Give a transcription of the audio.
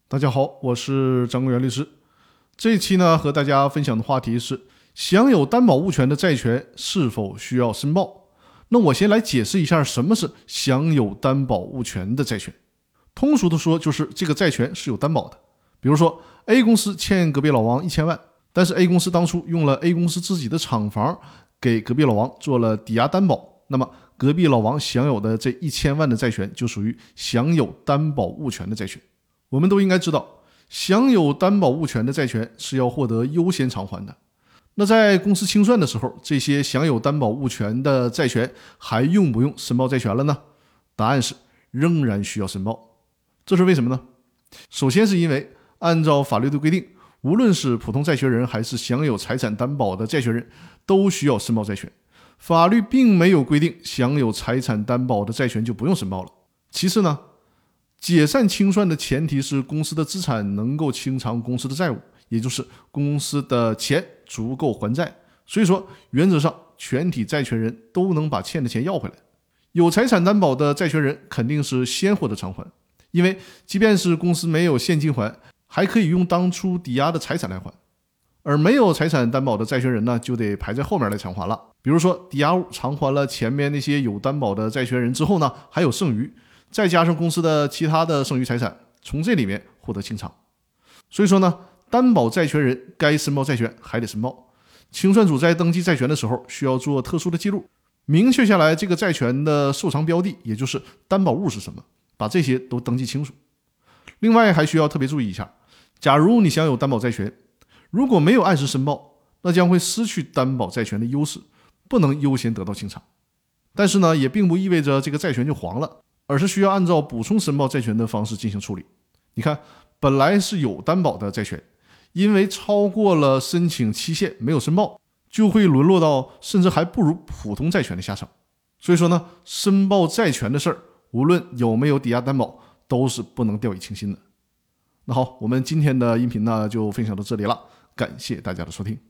大家好，我是张国元律师。这一期呢，和大家分享的话题是享有担保物权的债权是否需要申报。那我先来解释一下什么是享有担保物权的债权。通俗的说，就是这个债权是有担保的。比如说 A 公司欠隔壁老王1000万，但是 A 公司当初用了 A 公司自己的厂房给隔壁老王做了抵押担保，那么隔壁老王享有的这1000万的债权就属于享有担保物权的债权。我们都应该知道，享有担保物权的债权是要获得优先偿还的。那在公司清算的时候，这些享有担保物权的债权还用不用申报债权了呢？答案是仍然需要申报。这是为什么呢？首先是因为按照法律的规定，无论是普通债权人还是享有财产担保的债权人，都需要申报债权。法律并没有规定享有财产担保的债权就不用申报了。其次呢，解散清算的前提是公司的资产能够清偿公司的债务，也就是公司的钱足够还债。所以说，原则上全体债权人都能把欠的钱要回来。有财产担保的债权人肯定是先获得偿还，因为即便是公司没有现金还，还可以用当初抵押的财产来还。而没有财产担保的债权人呢，就得排在后面来偿还了。比如说抵押物偿还了前面那些有担保的债权人之后呢，还有剩余，再加上公司的其他的剩余财产，从这里面获得清偿。所以说呢，担保债权人该申报债权还得申报。清算组在登记债权的时候需要做特殊的记录，明确下来这个债权的受偿标的，也就是担保物是什么，把这些都登记清楚。另外还需要特别注意一下，假如你享有担保债权，如果没有按时申报，那将会失去担保债权的优势，不能优先得到清偿。但是呢，也并不意味着这个债权就黄了，而是需要按照补充申报债权的方式进行处理。你看，本来是有担保的债权，因为超过了申请期限没有申报，就会沦落到甚至还不如普通债权的下场。所以说呢，申报债权的事儿，无论有没有抵押担保，都是不能掉以轻心的。那好，我们今天的音频呢就分享到这里了，感谢大家的收听。